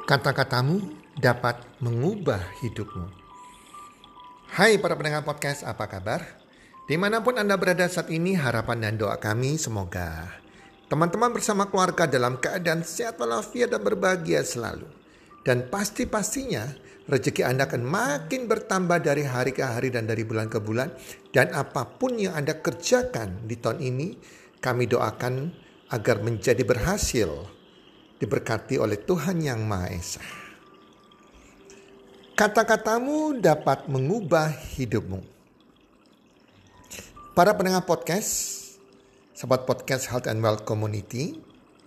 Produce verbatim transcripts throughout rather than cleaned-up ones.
Kata-katamu dapat mengubah hidupmu. Hai para pendengar podcast, apa kabar? Dimanapun Anda berada saat ini, harapan dan doa kami semoga teman-teman bersama keluarga dalam keadaan sehat walafiat dan berbahagia selalu. Dan pasti-pastinya rezeki Anda akan makin bertambah dari hari ke hari dan dari bulan ke bulan. Dan apapun yang Anda kerjakan di tahun ini, kami doakan agar menjadi berhasil, diberkati oleh Tuhan Yang Maha Esa. Kata-katamu dapat mengubah hidupmu. Para pendengar podcast, sahabat podcast Health and Wealth Community,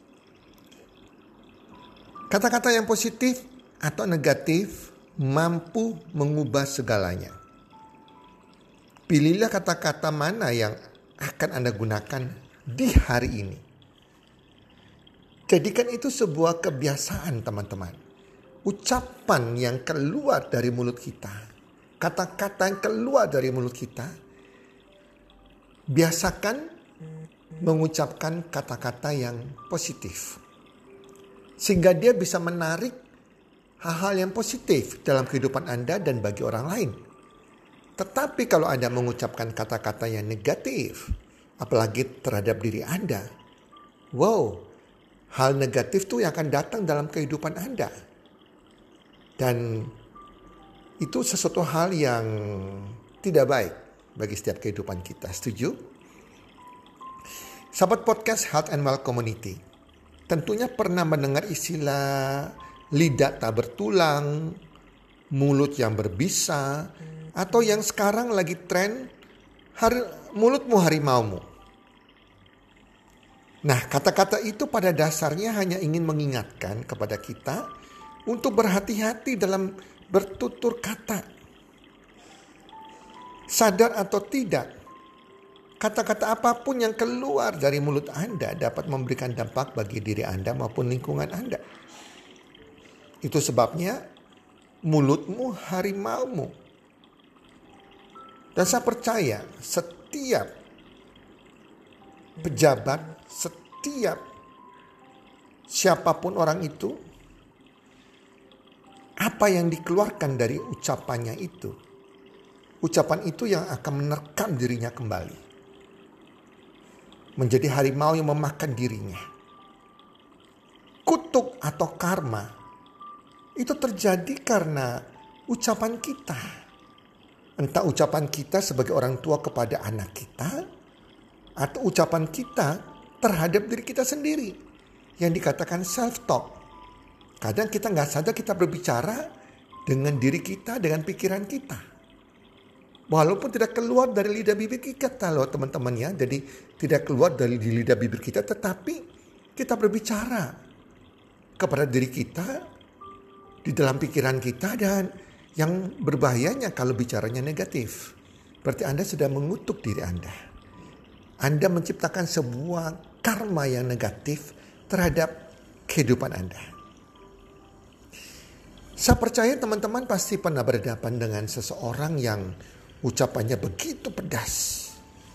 kata-kata yang positif atau negatif mampu mengubah segalanya. Pilihlah kata-kata mana yang akan Anda gunakan di hari ini. Jadikan itu sebuah kebiasaan, teman-teman. Ucapan yang keluar dari mulut kita, kata-kata yang keluar dari mulut kita, biasakan mengucapkan kata-kata yang positif. Sehingga dia bisa menarik hal-hal yang positif dalam kehidupan Anda dan bagi orang lain. Tetapi kalau Anda mengucapkan kata-kata yang negatif, apalagi terhadap diri Anda, wow, hal negatif itu yang akan datang dalam kehidupan Anda. Dan itu sesuatu hal yang tidak baik bagi setiap kehidupan kita. Setuju? Sahabat podcast Health and Wealth Community, tentunya pernah mendengar istilah lidah tak bertulang, mulut yang berbisa, atau yang sekarang lagi tren hari, mulutmu harimaumu. Nah, kata-kata itu pada dasarnya hanya ingin mengingatkan kepada kita untuk berhati-hati dalam bertutur kata. Sadar atau tidak, kata-kata apapun yang keluar dari mulut Anda dapat memberikan dampak bagi diri Anda maupun lingkungan Anda. Itu sebabnya mulutmu harimaumu. Dan saya percaya setiap pejabat, setiap siapapun orang itu, apa yang dikeluarkan dari ucapannya itu, ucapan itu yang akan menerkam dirinya kembali. Menjadi harimau yang memakan dirinya. Kutuk atau karma itu terjadi karena ucapan kita. Entah ucapan kita sebagai orang tua kepada anak kita, atau ucapan kita terhadap diri kita sendiri, yang dikatakan self-talk. Kadang kita nggak sadar kita berbicara dengan diri kita, dengan pikiran kita. Walaupun tidak keluar dari lidah bibir kita loh teman-teman ya. Jadi tidak keluar dari lidah bibir kita, tetapi kita berbicara kepada diri kita, di dalam pikiran kita, dan yang berbahayanya kalau bicaranya negatif. Berarti Anda sudah mengutuk diri Anda. Anda menciptakan sebuah karma yang negatif terhadap kehidupan Anda. Saya percaya teman-teman pasti pernah berhadapan dengan seseorang yang ucapannya begitu pedas.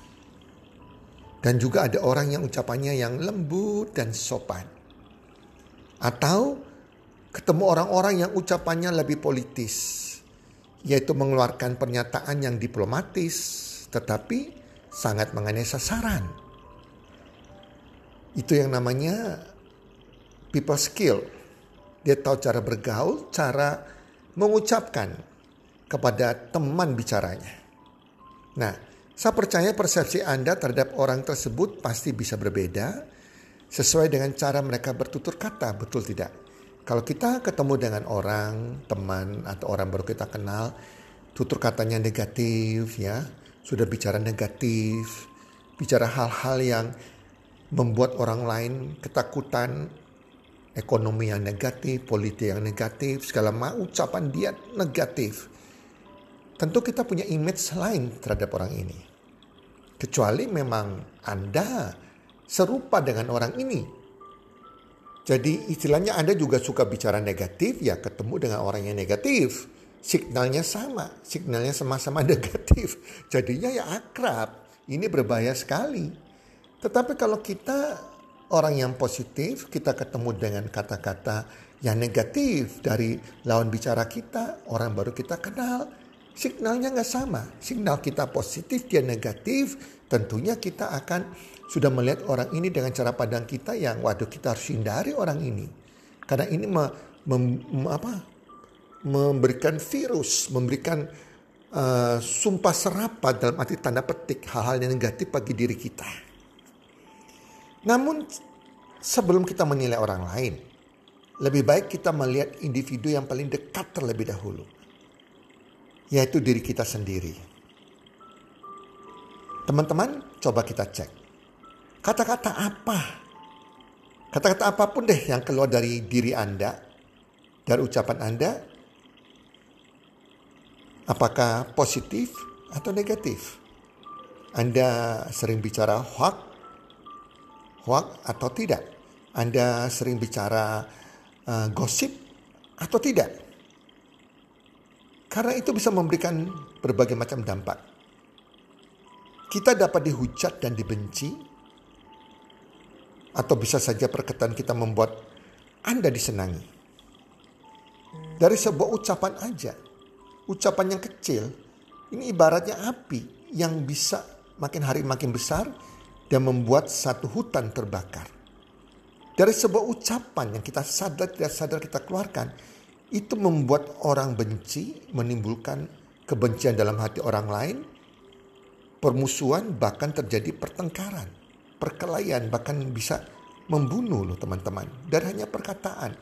Dan juga ada orang yang ucapannya yang lembut dan sopan. Atau ketemu orang-orang yang ucapannya lebih politis, yaitu mengeluarkan pernyataan yang diplomatis tetapi sangat mengenai sasaran. Itu yang namanya people skill. Dia tahu cara bergaul, cara mengucapkan kepada teman bicaranya. Nah, saya percaya persepsi Anda terhadap orang tersebut pasti bisa berbeda sesuai dengan cara mereka bertutur kata, betul tidak? Kalau kita ketemu dengan orang, teman atau orang baru kita kenal, tutur katanya negatif ya, sudah bicara negatif, bicara hal-hal yang membuat orang lain ketakutan, ekonomi yang negatif, politik yang negatif, segala macam ucapan dia negatif. Tentu kita punya image lain terhadap orang ini. Kecuali memang Anda serupa dengan orang ini. Jadi istilahnya Anda juga suka bicara negatif, ya ketemu dengan orang yang negatif. Signalnya sama, signalnya sama-sama negatif. Jadinya ya akrab. Ini berbahaya sekali. Tetapi kalau kita orang yang positif, kita ketemu dengan kata-kata Yang negatif dari lawan bicara kita, orang baru kita kenal, signalnya nggak sama. Signal kita positif, dia negatif, tentunya kita akan sudah melihat orang ini dengan cara pandang kita yang waduh kita harus hindari orang ini. Karena ini me, mem, apa, memberikan virus, memberikan uh, sumpah serapah dalam arti tanda petik hal-hal yang negatif bagi diri kita. Namun sebelum kita menilai orang lain, lebih baik kita melihat individu yang paling dekat terlebih dahulu, yaitu diri kita sendiri. Teman-teman, coba kita cek. Kata-kata apa? Kata-kata apapun deh yang keluar dari diri Anda, dari ucapan Anda, apakah positif atau negatif? Anda sering bicara hoax, hoax atau tidak? Anda sering bicara uh, gosip atau tidak? Karena itu bisa memberikan berbagai macam dampak. Kita dapat dihujat dan dibenci, atau bisa saja perkataan kita membuat Anda disenangi. Dari sebuah ucapan aja, ucapan yang kecil, ini ibaratnya api yang bisa makin hari makin besar dan membuat satu hutan terbakar. Dari sebuah ucapan yang kita sadar tidak sadar kita keluarkan, itu membuat orang benci, menimbulkan kebencian dalam hati orang lain, permusuhan, bahkan terjadi pertengkaran, perkelahian, bahkan bisa membunuh loh teman-teman, dari hanya perkataan.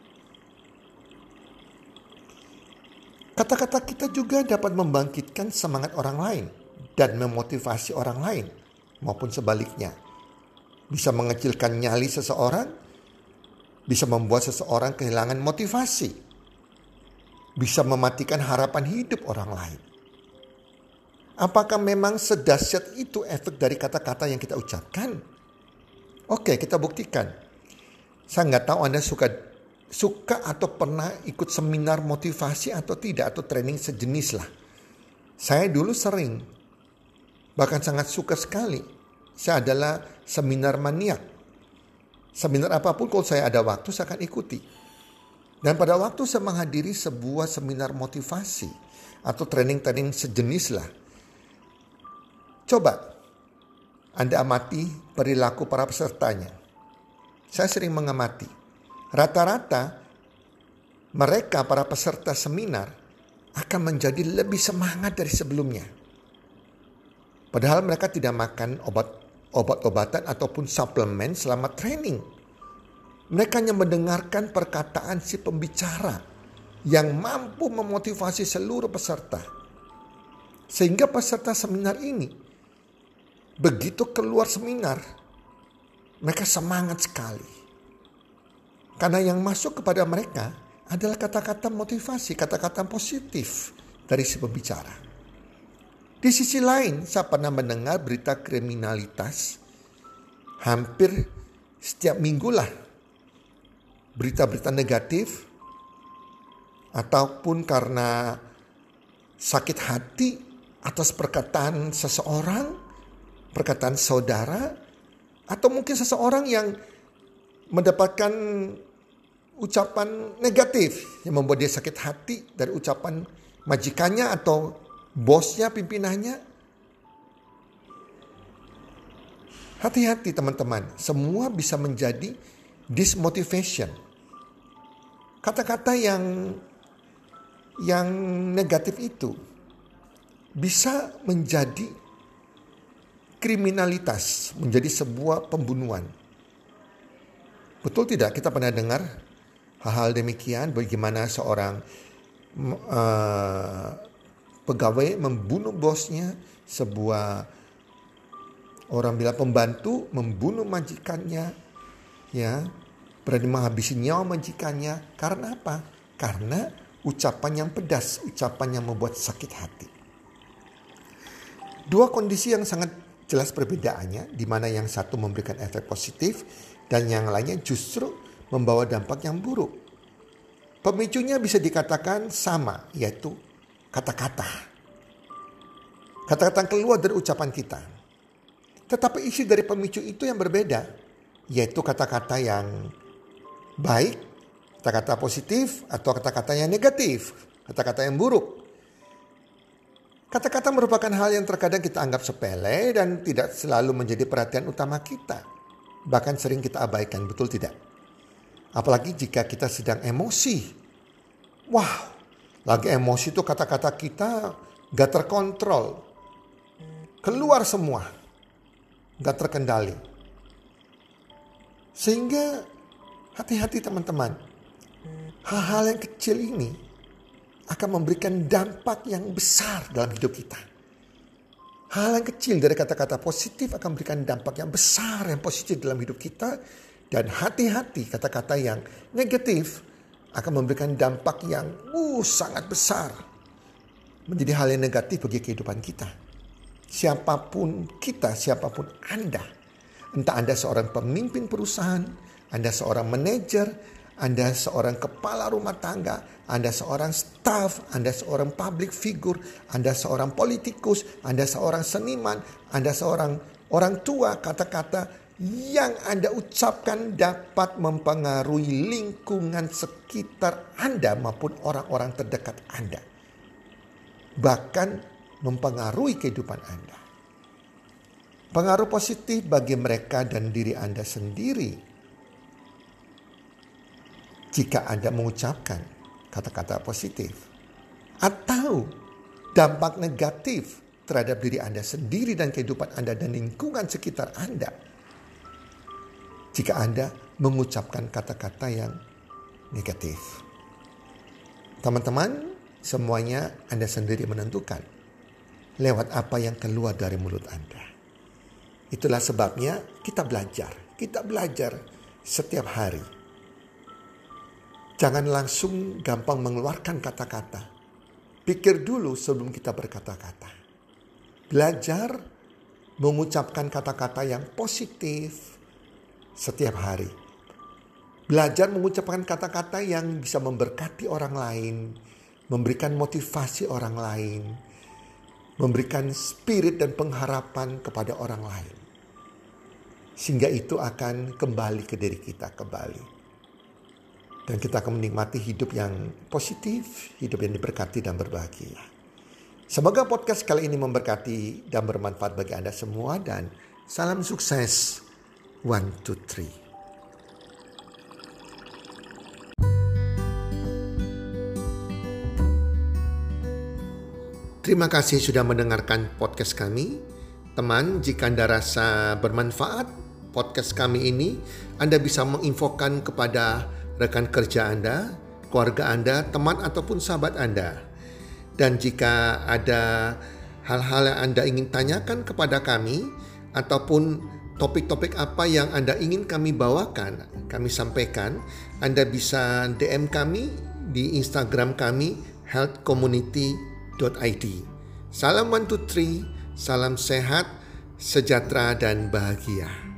Kata-kata kita juga dapat membangkitkan semangat orang lain dan memotivasi orang lain, maupun sebaliknya. Bisa mengecilkan nyali seseorang, bisa membuat seseorang kehilangan motivasi, bisa mematikan harapan hidup orang lain. Apakah memang sedahsyat itu efek dari kata-kata yang kita ucapkan? Oke, kita buktikan. Saya nggak tahu Anda suka suka atau pernah ikut seminar motivasi atau tidak, atau training sejenis lah. Saya dulu sering, bahkan sangat suka sekali. Saya adalah seminar maniak. Seminar apapun kalau saya ada waktu saya akan ikuti. Dan pada waktu saya menghadiri sebuah seminar motivasi atau training-training sejenis lah, coba Anda amati perilaku para pesertanya. Saya sering mengamati. Rata-rata mereka para peserta seminar akan menjadi lebih semangat dari sebelumnya. Padahal mereka tidak makan obat, obat-obatan ataupun suplemen selama training. Mereka hanya mendengarkan perkataan si pembicara yang mampu memotivasi seluruh peserta. Sehingga peserta seminar ini begitu keluar seminar, mereka semangat sekali. Karena yang masuk kepada mereka adalah kata-kata motivasi, kata-kata positif dari si pembicara. Di sisi lain, saya pernah mendengar berita kriminalitas hampir setiap minggu lah. Berita-berita negatif ataupun karena sakit hati atas perkataan seseorang, perkataan saudara, atau mungkin seseorang yang mendapatkan ucapan negatif yang membuat dia sakit hati dari ucapan majikannya atau bosnya, pimpinannya. Hati-hati teman-teman, semua bisa menjadi dismotivation. Kata-kata yang yang negatif itu bisa menjadi kriminalitas, menjadi sebuah pembunuhan. Betul tidak? Kita pernah dengar hal-hal demikian, bagaimana seorang uh, pegawai membunuh bosnya, sebuah orang bilang pembantu membunuh majikannya, ya, berani menghabisi nyawa majikannya. Karena apa? Karena ucapan yang pedas, ucapan yang membuat sakit hati. Dua kondisi yang sangat jelas perbedaannya, di mana yang satu memberikan efek positif dan yang lainnya justru membawa dampak yang buruk. Pemicunya bisa dikatakan sama, yaitu kata-kata. Kata-kata yang keluar dari ucapan kita. Tetapi isi dari pemicu itu yang berbeda, yaitu kata-kata yang baik, Kata-kata positif atau kata-kata yang negatif, kata-kata yang buruk. Kata-kata merupakan hal yang terkadang kita anggap sepele dan tidak selalu menjadi perhatian utama kita. Bahkan sering kita abaikan, betul tidak? Apalagi jika kita sedang emosi. Wah, lagi emosi itu kata-kata kita gak terkontrol. Keluar semua. Gak terkendali. Sehingga hati-hati teman-teman. Hal-hal yang kecil ini akan memberikan dampak yang besar dalam hidup kita. Hal yang kecil dari kata-kata positif akan memberikan dampak yang besar yang positif dalam hidup kita. Dan hati-hati kata-kata yang negatif akan memberikan dampak yang uh, sangat besar. Menjadi hal yang negatif bagi kehidupan kita. Siapapun kita, siapapun Anda. Entah Anda seorang pemimpin perusahaan, Anda seorang manajer, Anda seorang kepala rumah tangga, Anda seorang staff, Anda seorang public figure, Anda seorang politikus, Anda seorang seniman, Anda seorang orang tua, kata-kata yang Anda ucapkan dapat mempengaruhi lingkungan sekitar Anda maupun orang-orang terdekat Anda. Bahkan mempengaruhi kehidupan Anda. Pengaruh positif bagi mereka dan diri Anda sendiri. Jika Anda mengucapkan kata-kata positif atau dampak negatif terhadap diri Anda sendiri dan kehidupan Anda dan lingkungan sekitar Anda. Jika Anda mengucapkan kata-kata yang negatif. Teman-teman, semuanya Anda sendiri menentukan lewat apa yang keluar dari mulut Anda. Itulah sebabnya kita belajar. Kita belajar setiap hari. Jangan langsung gampang mengeluarkan kata-kata. Pikir dulu sebelum kita berkata-kata. Belajar mengucapkan kata-kata yang positif setiap hari. Belajar mengucapkan kata-kata yang bisa memberkati orang lain. Memberikan motivasi orang lain. Memberikan spirit dan pengharapan kepada orang lain. Sehingga itu akan kembali ke diri kita kembali. Dan kita akan menikmati hidup yang positif, hidup yang diberkati dan berbahagia. Semoga podcast kali ini memberkati dan bermanfaat bagi Anda semua. Dan salam sukses. One, two, three. Terima kasih sudah mendengarkan podcast kami. Teman, jika Anda rasa bermanfaat podcast kami ini, Anda bisa menginfokan kepada rekan kerja Anda, keluarga Anda, teman ataupun sahabat Anda. Dan jika ada hal-hal yang Anda ingin tanyakan kepada kami ataupun topik-topik apa yang Anda ingin kami bawakan, kami sampaikan, Anda bisa D M kami di Instagram kami health community dot i d. Salam one two three, salam sehat, sejahtera dan bahagia.